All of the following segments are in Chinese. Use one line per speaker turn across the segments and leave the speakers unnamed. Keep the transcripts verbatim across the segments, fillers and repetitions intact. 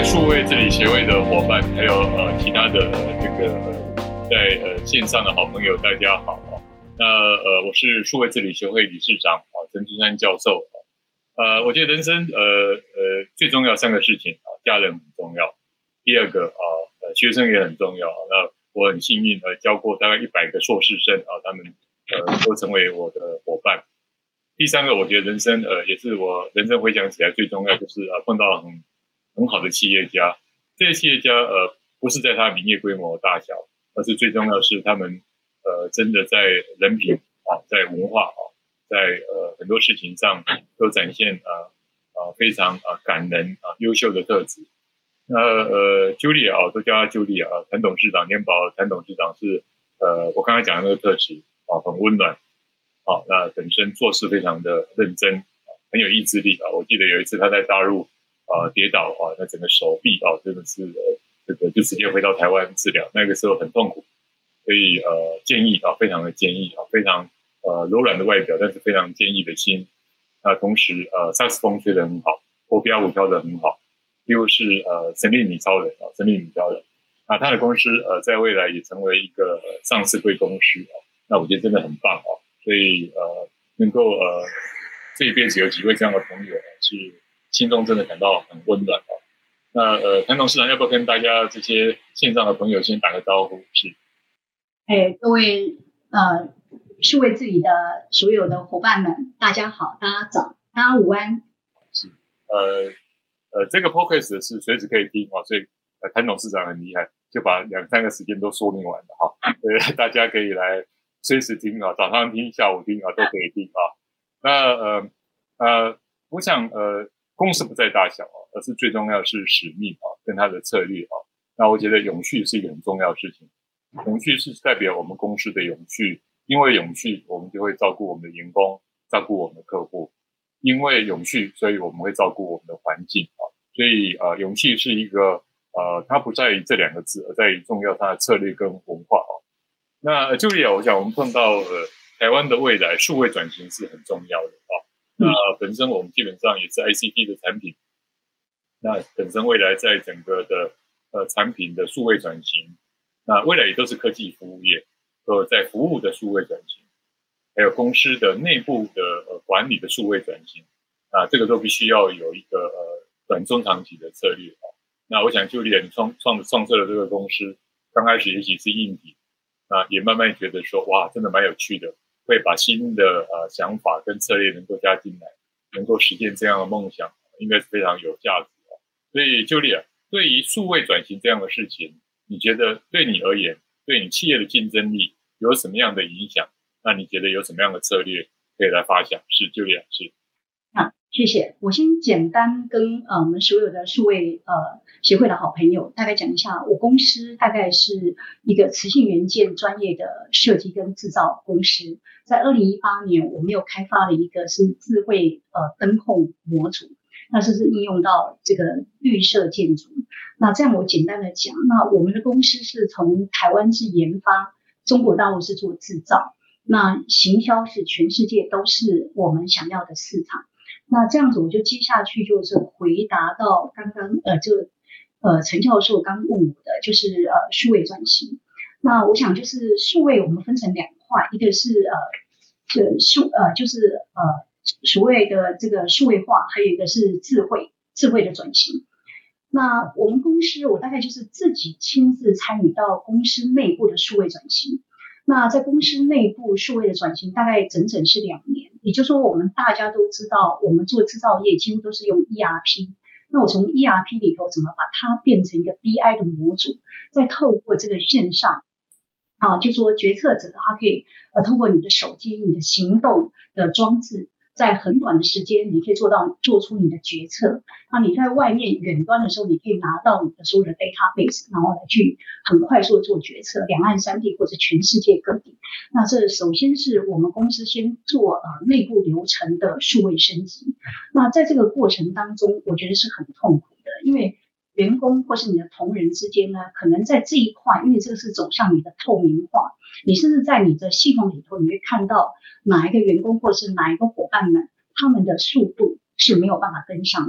数位治理协会的伙伴，还有呃其他的呃这个呃在呃线上的好朋友，大家好。那呃我是数位治理协会理事长啊陈春山教授。呃我觉得人生呃呃最重要三个事情啊，家人很重要，第二个啊呃学生也很重要。那我很幸运呃教过大概一百个硕士生啊，他们呃都成为我的伙伴。第三个，我觉得人生呃也是我人生回想起来最重要，就是呃碰到很很好的企业家。这些企业家呃不是在他的营业规模大小，而是最重要的是他们呃真的在人品啊，在文化啊，在呃很多事情上都展现呃呃非常呃感人啊优秀的特质。那呃 Julia 啊，都叫他 Julia 啊，谭董事长，联保谭董事长是呃我刚才讲的那个特质啊，很温暖。好，那本身做事非常的认真，很有意志力啊！我记得有一次他在大陆啊跌倒啊，那整个手臂啊真的是呃这个就直接回到台湾治疗，那个时候很痛苦，所以呃建议啊，非常的建议啊，非常呃柔软的外表，但是非常坚毅的心。那同时呃萨克斯风吹得很好，国标舞跳得很好，几乎是呃神力女超人啊，神力女超人。那他的公司呃在未来也成为一个、呃、上市贵公司啊，那我觉得真的很棒啊！所以呃，能够呃这一辈子有几位这样的朋友，是心中真的感到很温暖。那呃，谭董事长要不要跟大家这些线上的朋友先打个招呼？是，
哎，各位呃数位治理的所有的伙伴们，大家好，大家早，大家午安。
是，呃呃，这个 podcast 是随时可以听啊，所以呃，谭董事长很厉害，就把两三个时间都说明完了哈，呃，大家可以来随时听啊，早上听、下午听啊，都可以听啊。那呃呃，我想呃，公司不在大小啊，而是最重要的是使命啊，跟它的策略啊。那我觉得永续是一个很重要的事情，永续是代表我们公司的永续，因为永续，我们就会照顾我们的员工，照顾我们的客户。因为永续，所以我们会照顾我们的环境啊。所以呃，永续是一个呃，它不在于这两个字，而在于重要它的策略跟文化啊。那 Julia， 我想我们碰到呃台湾的未来数位转型是很重要的啊。那本身我们基本上也是 I C T 的产品，那本身未来在整个的呃产品的数位转型，那未来也都是科技服务业，呃在服务的数位转型，还有公司的内部的呃管理的数位转型，啊，这个都必须要有一个呃短中长期的策略啊。那我想 Julia 你创创创设了这个公司，刚开始也许是硬体。啊，也慢慢觉得说，哇，真的蛮有趣的，会把新的呃想法跟策略能够加进来，能够实现这样的梦想，应该是非常有价值的。所以 Julia， 对于数位转型这样的事情，你觉得对你而言，对你企业的竞争力有什么样的影响？那你觉得有什么样的策略可以来发想？是 Julia， 是。
啊，谢谢。我先简单跟呃我们所有的数位呃协会的好朋友大概讲一下，我公司大概是一个磁性元件专业的设计跟制造公司。在二零一八年，我们又开发了一个是智慧呃灯控模组，那这是应用到这个绿色建筑。那这样我简单的讲，那我们的公司是从台湾是研发，中国大陆是做制造，那行销是全世界都是我们想要的市场。那这样子我就接下去就是回答到刚刚呃这个呃陈教授刚问我的，就是呃数位转型。那我想就是数位我们分成两块，一个是呃这数呃就是呃所谓的这个数位化，还有一个是智慧智慧的转型。那我们公司我大概就是自己亲自参与到公司内部的数位转型。那在公司内部数位的转型大概整整是两年，也就是说我们大家都知道，我们做制造业几乎都是用 E R P。那我从 E R P 里头怎么把它变成一个 B I 的模组，再透过这个线上啊，就说决策者他可以呃透过你的手机、你的行动的装置，在很短的时间，你可以做到做出你的决策。那你在外面远端的时候，你可以拿到你的所有的 database， 然后来去很快速的做决策，两岸三地或者全世界各地。那这首先是我们公司先做呃内部流程的数位升级。那在这个过程当中，我觉得是很痛苦的，因为员工或是你的同仁之间呢，可能在这一块，因为这个是走向你的透明化，你甚至在你的系统里头，你会看到哪一个员工或是哪一个伙伴们，他们的速度是没有办法跟上的，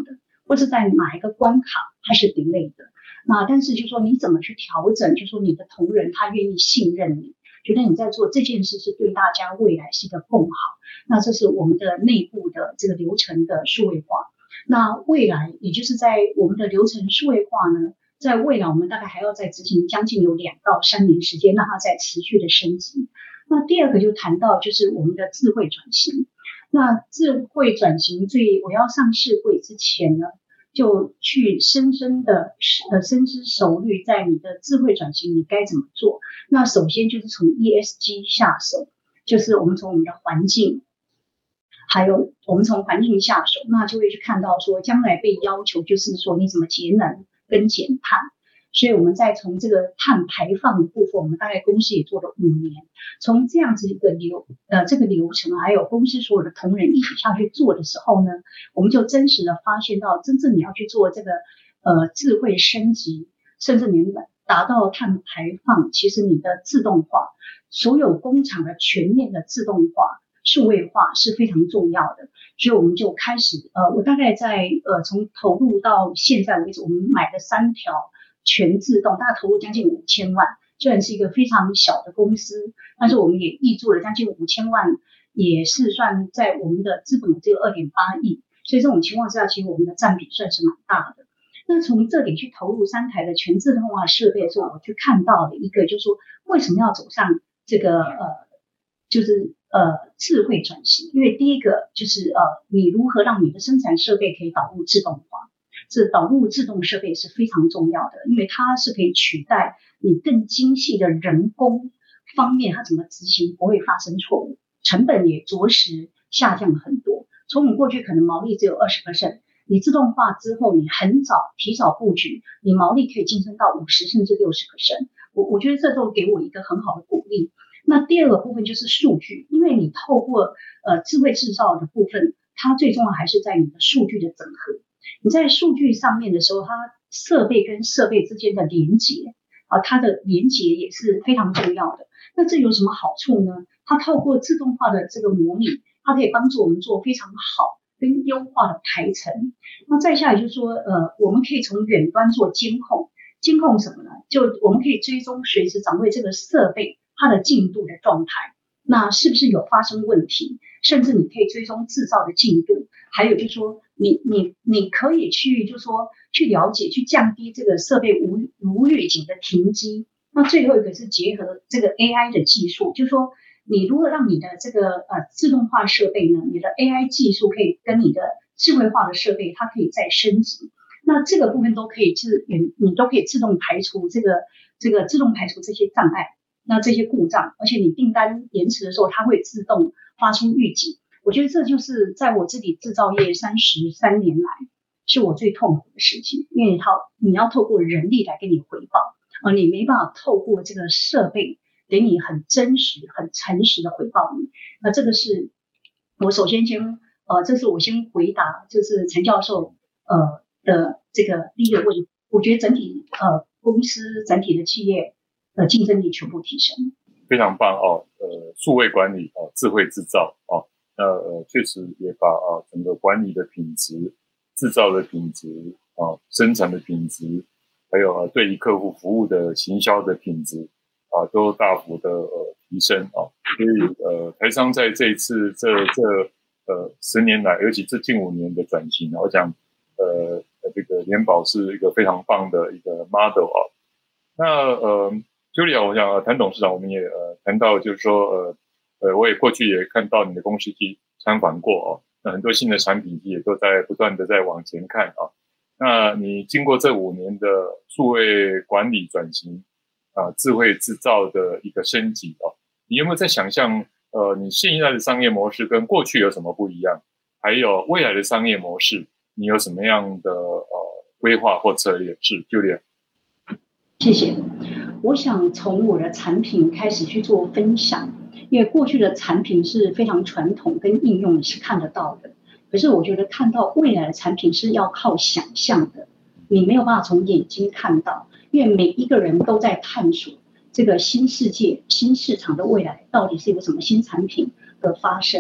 或是在哪一个关卡它是 delay 的。那但是就说你怎么去调整，就说你的同仁他愿意信任你，觉得你在做这件事是对大家未来是一个更好。那这是我们的内部的这个流程的数位化。那未来也就是在我们的流程数位化呢，在未来我们大概还要再执行将近有两到三年时间，让它再持续的升级。那第二个就谈到就是我们的智慧转型。那智慧转型最我要上市柜之前呢，就去深深的呃深思熟虑，在你的智慧转型你该怎么做。那首先就是从 E S G 下手，就是我们从我们的环境，还有我们从环境下手，那就会去看到说将来被要求就是说你怎么节能跟减碳。所以我们再从这个碳排放的部分，我们大概公司也做了五年，从这样子一个流呃这个流程，还有公司所有的同仁一起下去做的时候呢，我们就真实的发现到，真正你要去做这个呃智慧升级，甚至你达到碳排放，其实你的自动化，所有工厂的全面的自动化、数位化是非常重要的。所以我们就开始呃，我大概在呃从投入到现在为止，我们买了三条。全自动，大概投入将近五千万，虽然是一个非常小的公司，但是我们也挹注了将近五千万，也是算在我们的资本只有二点八亿，所以这种情况之下，其实我们的占比算是蛮大的。那从这里去投入三台的全自动化设备的时候，我去看到了一个，就是说为什么要走上这个呃，就是呃智慧转型？因为第一个就是呃，你如何让你的生产设备可以导入自动化。这导入自动设备是非常重要的，因为它是可以取代你更精细的人工方面，它怎么执行不会发生错误，成本也着实下降很多。从我们过去可能毛利只有 百分之二十， 你自动化之后，你很早提早布局，你毛利可以晋升到五十甚至 百分之六十。 我我觉得这都给我一个很好的鼓励。那第二个部分就是数据，因为你透过呃智慧制造的部分，它最重要还是在你的数据的整合。你在数据上面的时候，它设备跟设备之间的连接啊，它的连接也是非常重要的。那这有什么好处呢？它透过自动化的这个模拟，它可以帮助我们做非常好跟优化的排程。那再下来就是说，呃，我们可以从远端做监控，监控什么呢？就我们可以追踪随时掌握这个设备它的进度的状态，那是不是有发生问题？甚至你可以追踪制造的进度，还有就是说你你你可以去就是说去了解去降低这个设备无无预警的停机。那最后一个是结合这个 A I 的技术，就是说你如何让你的这个呃自动化设备呢，你的 A I 技术可以跟你的智慧化的设备它可以再升级。那这个部分都可以自你都可以自动排除这个这个自动排除这些障碍，那这些故障，而且你订单延迟的时候，它会自动发出预警。我觉得这就是在我自己制造业三十三年来，是我最痛苦的事情，因为它你要透过人力来给你回报，而你没办法透过这个设备给你很真实、很诚实的回报你。那这个是我首先先呃，这是我先回答，就是陈教授呃的这个第一个问题。我觉得整体呃公司整体的企业的竞争力全部提升。
非常棒哦，呃，数位管理哦，智慧制造哦，那呃确实也把啊整个管理的品质、制造的品质啊、生产的品质，还有啊对于客户服务的行销的品质啊，都大幅的呃提升啊。所以呃，台商在这一次这这呃十年来，尤其这近五年的转型，我讲呃这个联保是一个非常棒的一个 model 啊。那呃。Julia， 我想谭董事长，我们也呃谈到，就是说呃呃，我也过去也看到你的公司去参访过哦，那很多新的产品也都在不断的在往前看啊。那你经过这五年的数位管理转型啊，智慧制造的一个升级哦，你有没有在想象呃，你现在的商业模式跟过去有什么不一样？还有未来的商业模式，你有什么样的呃规划或策略？是 Julia。
谢谢。我想从我的产品开始去做分享，因为过去的产品是非常传统，跟应用是看得到的。可是我觉得看到未来的产品是要靠想象的，你没有办法从眼睛看到，因为每一个人都在探索这个新世界、新市场的未来到底是一个什么新产品的发生。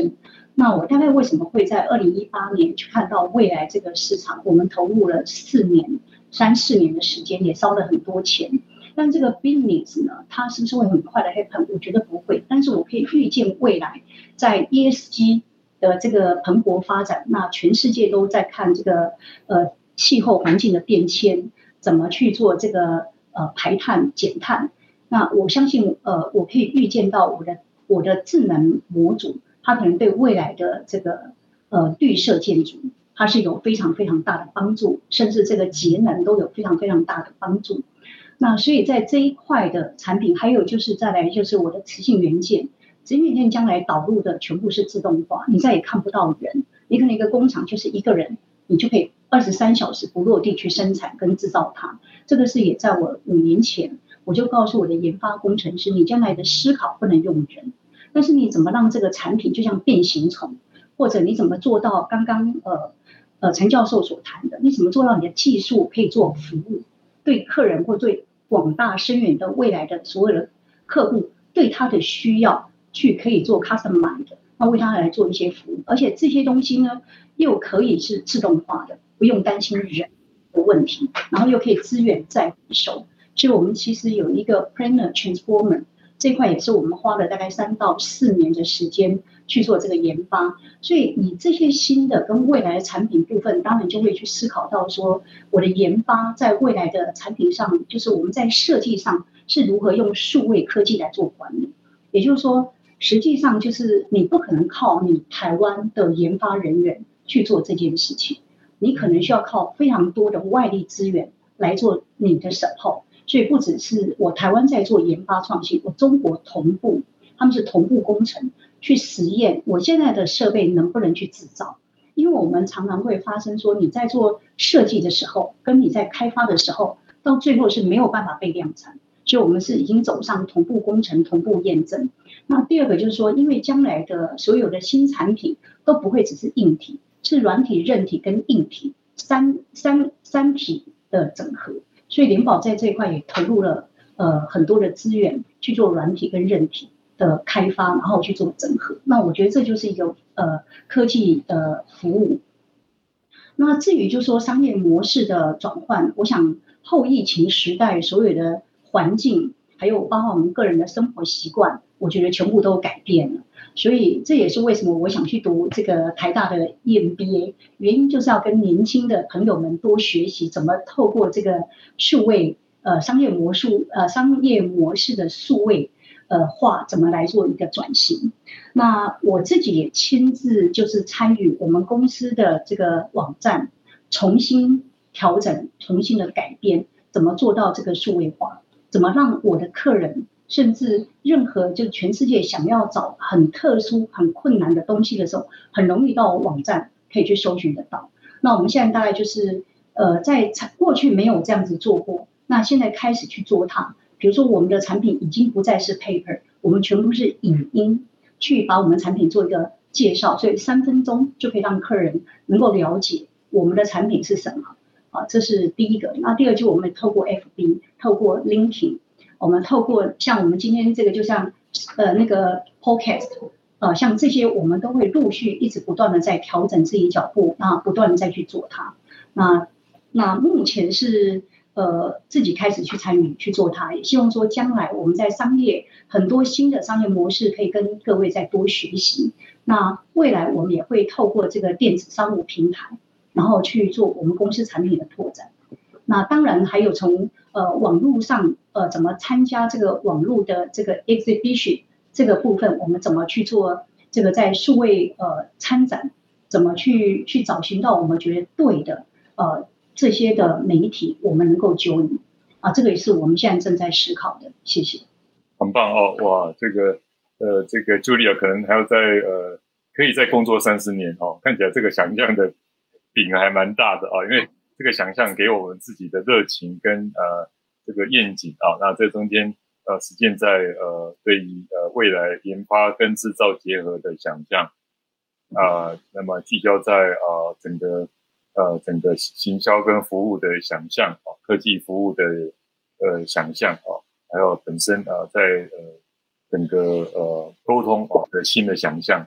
那我大概为什么会在二零一八年去看到未来这个市场？我们投入了四年、三四年的时间，也烧了很多钱。但这个 business 呢，它是不是会很快的 happen？ 我觉得不会。但是我可以预见未来在 E S G 的这个蓬勃发展，那全世界都在看这个呃气候环境的变迁，怎么去做这个呃排碳减碳。那我相信呃我可以预见到我的我的智能模组。它可能对未来的这个呃绿色建筑，它是有非常非常大的帮助，甚至这个节能都有非常非常大的帮助。那所以在这一块的产品，还有就是再来就是我的磁性元件，磁性元件将来导入的全部是自动化，你再也看不到人，你可能一个工厂就是一个人，你就可以二十三小时不落地去生产跟制造它。这个是也在我五年前我就告诉我的研发工程师，你将来的思考不能用人。但是你怎么让这个产品就像变形虫，或者你怎么做到刚刚呃呃陈教授所谈的，你怎么做到你的技术可以做服务，对客人或对广大深远的未来的所有的客户对他的需要去可以做 customize 的，那为他来做一些服务，而且这些东西呢又可以是自动化的，不用担心人的问题，然后又可以资源再回收，所以我们其实有一个 planner transformer。这块也是我们花了大概三到四年的时间去做这个研发，所以你这些新的跟未来的产品部分，当然就会去思考到说，我的研发在未来的产品上，就是我们在设计上是如何用数位科技来做管理。也就是说，实际上就是你不可能靠你台湾的研发人员去做这件事情，你可能需要靠非常多的外力资源来做你的support。所以不只是我台湾在做研发创新，我中国同步，他们是同步工程去实验我现在的设备能不能去制造。因为我们常常会发生说，你在做设计的时候，跟你在开发的时候，到最后是没有办法被量产。所以我们是已经走上同步工程、同步验证。那第二个就是说，因为将来的所有的新产品都不会只是硬体，是软体、韧体跟硬体三三三体的整合。所以联保在这一块也投入了呃很多的资源去做软体跟韧体的开发，然后去做整合。那我觉得这就是一个呃科技的服务。那至于就是说商业模式的转换，我想后疫情时代所有的环境，还有包括我们个人的生活习惯，我觉得全部都改变了。所以这也是为什么我想去读这个台大的 E M B A， 原因就是要跟年轻的朋友们多学习怎么透过这个数位呃商业模式呃商业模式的数位呃化，怎么来做一个转型。那我自己也亲自就是参与我们公司的这个网站重新调整、重新的改编，怎么做到这个数位化，怎么让我的客人。甚至任何就全世界想要找很特殊、很困难的东西的时候，很容易到网站可以去搜寻得到。那我们现在大概就是呃，在过去没有这样子做过，那现在开始去做它。比如说我们的产品已经不再是 paper， 我们全部是影音去把我们产品做一个介绍，所以三分钟就可以让客人能够了解我们的产品是什么。啊，这是第一个。那第二就我们透过 F B， 透过 Linking。我们透过像我们今天这个，就像呃那个 podcast， 呃像这些，我们都会陆续一直不断的在调整自己脚步，那不断的再去做它。那那目前是呃自己开始去参与去做它，也希望说将来我们在商业很多新的商业模式可以跟各位再多学习。那未来我们也会透过这个电子商务平台，然后去做我们公司产品的拓展。那当然还有从呃网络上呃怎么参加这个网络的这个 exhibition 这个部分，我们怎么去做这个在数位呃参展，怎么去去找寻到我们觉得对的呃这些的媒体，我们能够揪引啊，这个也是我们现在正在思考的。谢谢。
很棒哦，哇，这个呃这个 Julia 可能还要在呃可以再工作三十年哦，看起来这个想象的饼还蛮大的啊，因为这个想象给我们自己的热情跟呃这个愿景啊，那这中间呃实践在呃对于呃未来研发跟制造结合的想象啊、呃，那么聚焦在呃整个呃整个行销跟服务的想象啊，科技服务的呃想象啊，还有本身啊、呃、在呃整个呃沟通啊的新的想象啊，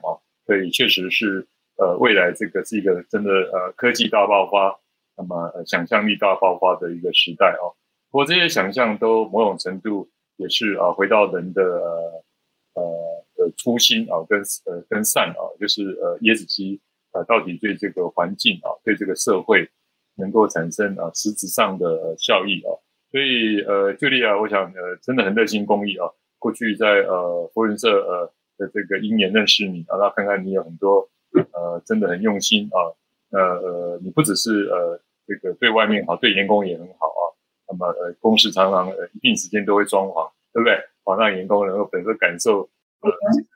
所以确实是呃未来这个是一个真的呃科技大爆发，那么呃想象力大爆发的一个时代哦。不过这些想象都某种程度也是啊、呃、回到人的呃呃的初心啊，跟呃跟善啊，就是呃椰子鸡啊、呃、到底对这个环境啊，对这个社会能够产生啊、呃、实质上的、呃、效益啊。所以呃，Julia，我想呃真的很热心公益啊。过去在呃福伦社呃的这个一年认识你啊，那看看你有很多呃真的很用心啊。呃呃，你不只是呃这个对外面好，对员工也很好啊。那么呃，公司常常呃一定时间都会装潢，对不对？好，让员工能够本身感受呃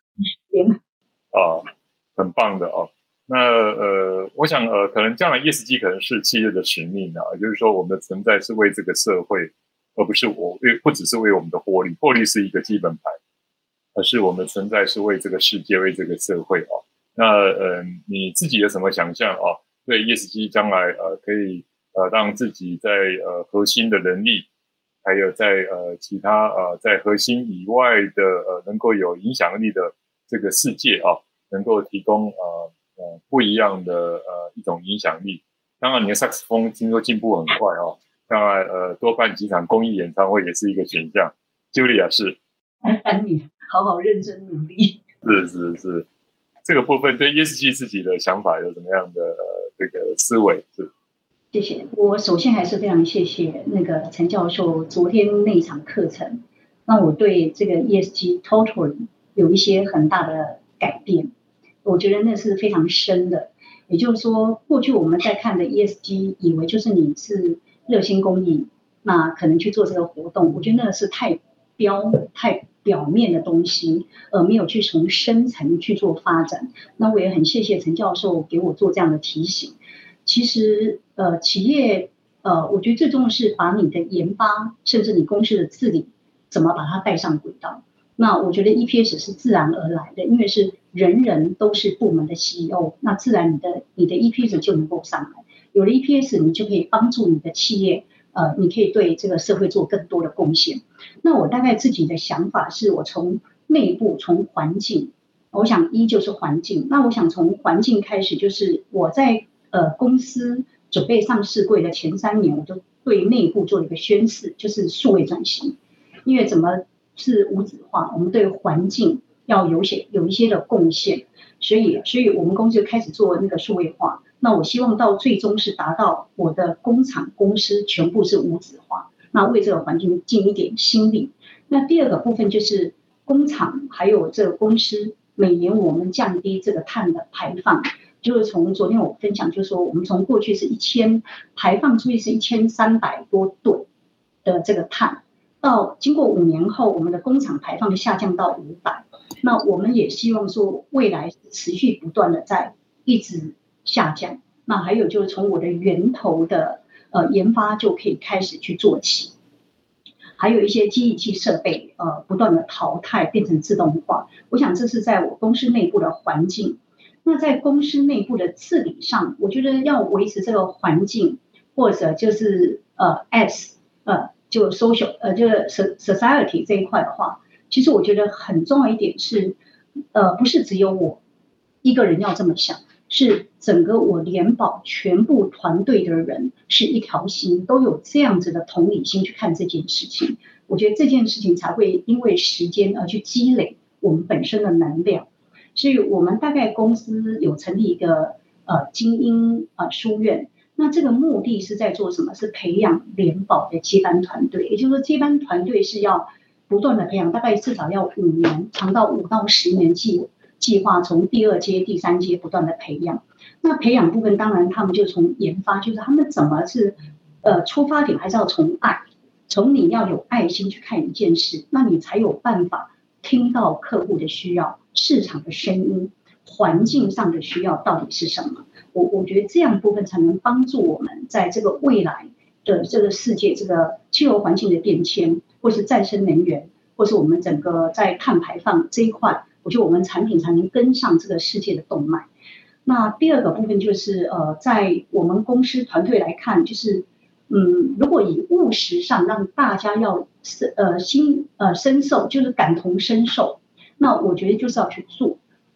啊，很棒的哦。那呃，我想呃，可能将来 E S G 可能是企业的使命啊，就是说我们的存在是为这个社会，而不是我为不只是为我们的获利，获利是一个基本盘，而是我们的存在是为这个世界，为这个社会哦。那呃，你自己有什么想象哦？对 E S G 将来呃可以呃让自己在呃核心的能力，还有在呃其他呃在核心以外的呃能够有影响力的这个世界啊，能够提供呃呃不一样的呃一种影响力。当然，你的萨克斯风听说进步很快哦，当然呃多办几场公益演唱会也是一个选项。Julia 是，
安你好好认真努力。
是是是，这个部分对 E S G 自己的想法有什么样的呃这个思维？是，
谢谢。我首先还是非常谢谢那个陈教授昨天那一场课程，让我对这个 E S G totally 有一些很大的改变。我觉得那是非常深的。也就是说，过去我们在看的 E S G， 以为就是你是热心公益，那可能去做这个活动，我觉得那是太标太表面的东西，而没有去从深层去做发展。那我也很谢谢陈教授给我做这样的提醒。其实呃，企业呃，我觉得最重要的是把你的研发，甚至你公司的治理，怎么把它带上轨道。那我觉得 E P S 是自然而来的，因为是人人都是部门的 C E O， 那自然你的你的 E P S 就能够上来。有了 E P S， 你就可以帮助你的企业，呃，你可以对这个社会做更多的贡献。那我大概自己的想法是，我从内部从环境，我想一就是环境，那我想从环境开始，就是我在呃公司准备上市柜的前三年，我就对内部做了一个宣示，就是数位转型。因为怎么是无纸化，我们对环境要有些有一些的贡献，所以所以我们公司就开始做那个数位化。那我希望到最终是达到我的工厂公司全部是无纸化，那为这个环境尽一点心力。那第二个部分就是工厂还有这个公司每年我们降低这个碳的排放，就是从昨天我分享，就是说我们从过去是一千排放出去是一千三百多吨的这个碳，到经过五年后，我们的工厂排放下降到五百。那我们也希望说未来持续不断的在一直下降。那还有就是从我的源头的呃研发就可以开始去做起。还有一些机器设备呃不断的淘汰变成自动化，我想这是在我公司内部的环境。那在公司内部的治理上，我觉得要维持这个环境，或者就是呃 S 呃就 social 呃就是 society 这一块的话，其实我觉得很重要一点是，呃不是只有我一个人要这么想，是整个我联保全部团队的人是一条心，都有这样子的同理心去看这件事情。我觉得这件事情才会因为时间而去积累我们本身的能量。所以我们大概公司有成立一个呃精英呃书院，那这个目的是在做什么？是培养联保的接班团队，也就是说接班团队是要不断的培养，大概至少要五年，长到五到十年计计划，从第二阶、第三阶不断的培养。那培养部分当然他们就从研发，就是他们怎么是呃出发点还是要从爱，从你要有爱心去看一件事，那你才有办法听到客户的需要、市场的声音、环境上的需要到底是什么。我我觉得这样部分才能帮助我们在这个未来的这个世界，这个气候环境的变迁，或是再生能源，或是我们整个在碳排放这一块，我觉得我们产品才能跟上这个世界的动脉。那第二个部分就是呃，在我们公司团队来看，就是嗯，如果以务实上让大家要呃心呃深受，就是感同身受，那我觉得就是要去做，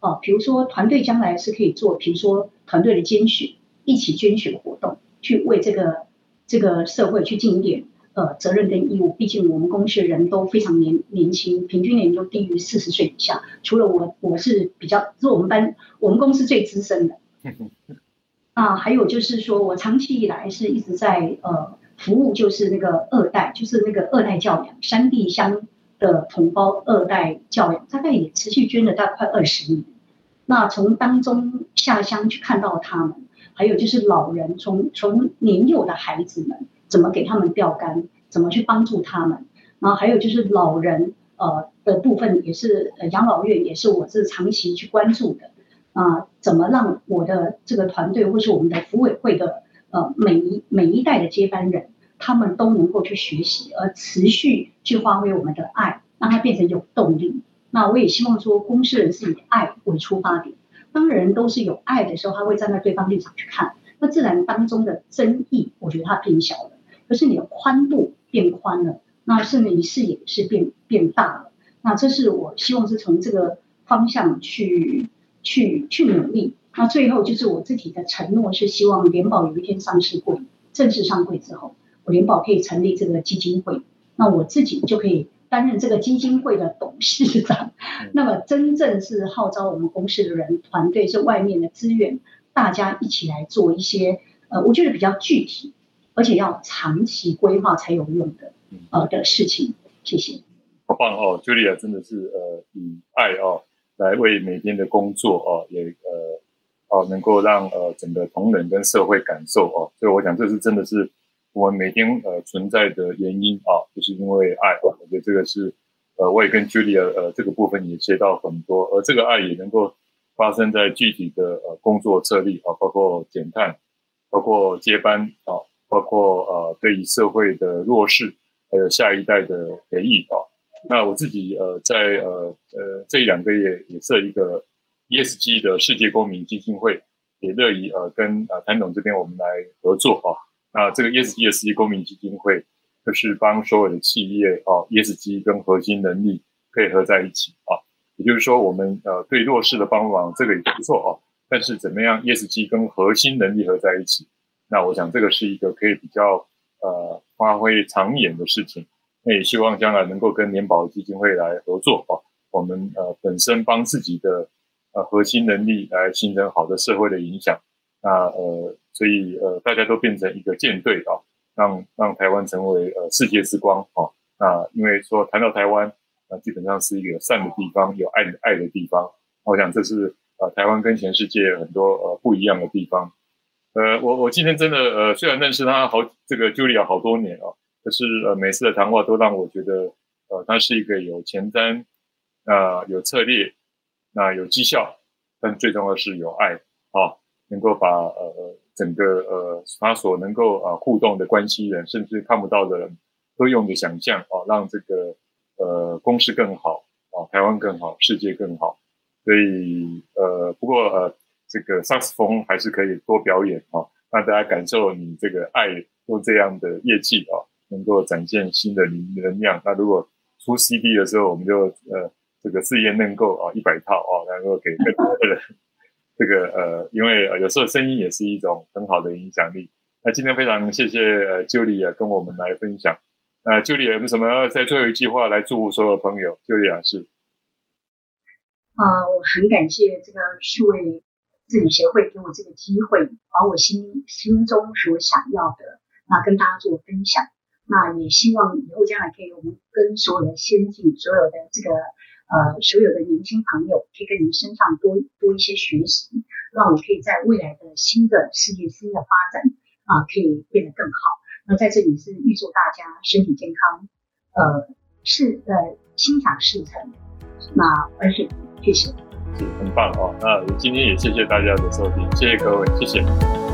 呃，比如说团队将来是可以做，比如说团队的捐血，一起捐血活动，去为这个这个社会去尽一点呃责任跟义务。毕竟我们公司的人都非常年年轻，平均年龄都低于四十岁以下。除了我，我是比较是我们班我们公司最资深的。啊，还有就是说我长期以来是一直在呃服务，就是那个二代，就是那个二代教养，山地乡的同胞二代教养，大概也持续捐了大概快二十年。那从当中下乡去看到他们，还有就是老人从从年幼的孩子们怎么给他们钓竿，怎么去帮助他们，然后还有就是老人呃的部分也是呃养老院也是我是长期去关注的。啊、呃，怎么让我的这个团队或是我们的福委会的呃每一每一代的接班人，他们都能够去学习，而持续去发挥我们的爱，让它变成有动力。那我也希望说，公司人是以爱为出发点，当人都是有爱的时候，他会站在对方立场去看，那自然当中的争议，我觉得它变小了，可是你的宽度变宽了，那甚至你视野是变变大了。那这是我希望是从这个方向去。去去努力，那最后就是我自己的承诺是希望联保有一天上市柜，正式上柜之后，我联保可以成立这个基金会，那我自己就可以担任这个基金会的董事长。那么真正是号召我们公司的人团队是外面的资源，大家一起来做一些呃，我觉得比较具体，而且要长期规划才有用的呃的事情。谢谢。
好棒哦 ，Julia 真的是呃以爱哦。来为每天的工作哦，也呃哦能够让呃整个同仁跟社会感受哦，所以我想这是真的是我们每天呃存在的原因啊，就是因为爱。我觉得这个是呃我也跟 Julia 呃这个部分也学到很多，而这个爱也能够发生在具体的呃工作策略啊，包括减碳，包括接班啊，包括呃对于社会的弱势还有下一代的培育啊。那我自己呃在呃呃这一两个月也设一个 E S G 的世界公民基金会，也乐意呃跟呃谭董这边我们来合作啊。那这个 E S G 的世界公民基金会就是帮所有的企业啊 E S G 跟核心能力配合在一起啊。也就是说我们呃对弱势的帮忙这个也不错啊，但是怎么样 E S G 跟核心能力合在一起，那我想这个是一个可以比较呃发挥长远的事情。那也希望将来能够跟联保基金会来合作啊，我们呃本身帮自己的呃核心能力来形成好的社会的影响。那呃所以呃大家都变成一个舰队啊，让让台湾成为呃世界之光啊。那因为说谈到台湾，那基本上是一个有善的地方，有爱的爱的地方。我想这是呃台湾跟全世界很多呃不一样的地方。呃我我今天真的呃虽然认识他好这个 Julia 好多年啊。可是呃，每次的谈话都让我觉得，呃，他是一个有前瞻，呃，有策略，那、呃、有绩效，但最重要的是有爱啊，能够把呃整个呃他所能够啊、呃、互动的关系人，甚至看不到的人，都用的想象啊，让这个呃公司更好啊，台湾更好，世界更好。所以呃，不过呃，这个萨克斯风还是可以多表演啊，让大家感受你这个爱用这样的乐器啊。能够展现新的能量。那如果出 C D 的时候，我们就呃这个试验认购啊一百套啊，能够给更多的人这个呃，因为、呃、有时候声音也是一种很好的影响力。那今天非常谢谢呃 Julia 跟我们来分享。那 Julia 有没有什么在最后一句话来祝福所有朋友 ？Julia 是
啊、呃，我很感谢这个数位治理协会给我这个机会，把我心心中所想要的那跟大家做分享。那也希望以后将来可以我们跟所有的先进，所有的这个呃所有的年轻朋友，可以跟你们身上多多一些学习，让我可以在未来的新的世界、新的发展啊、呃，可以变得更好。那在这里是预祝大家身体健康，呃是呃心想事成。那而且谢谢，
很棒哦。那今天也谢谢大家的收听，谢谢各位，谢谢。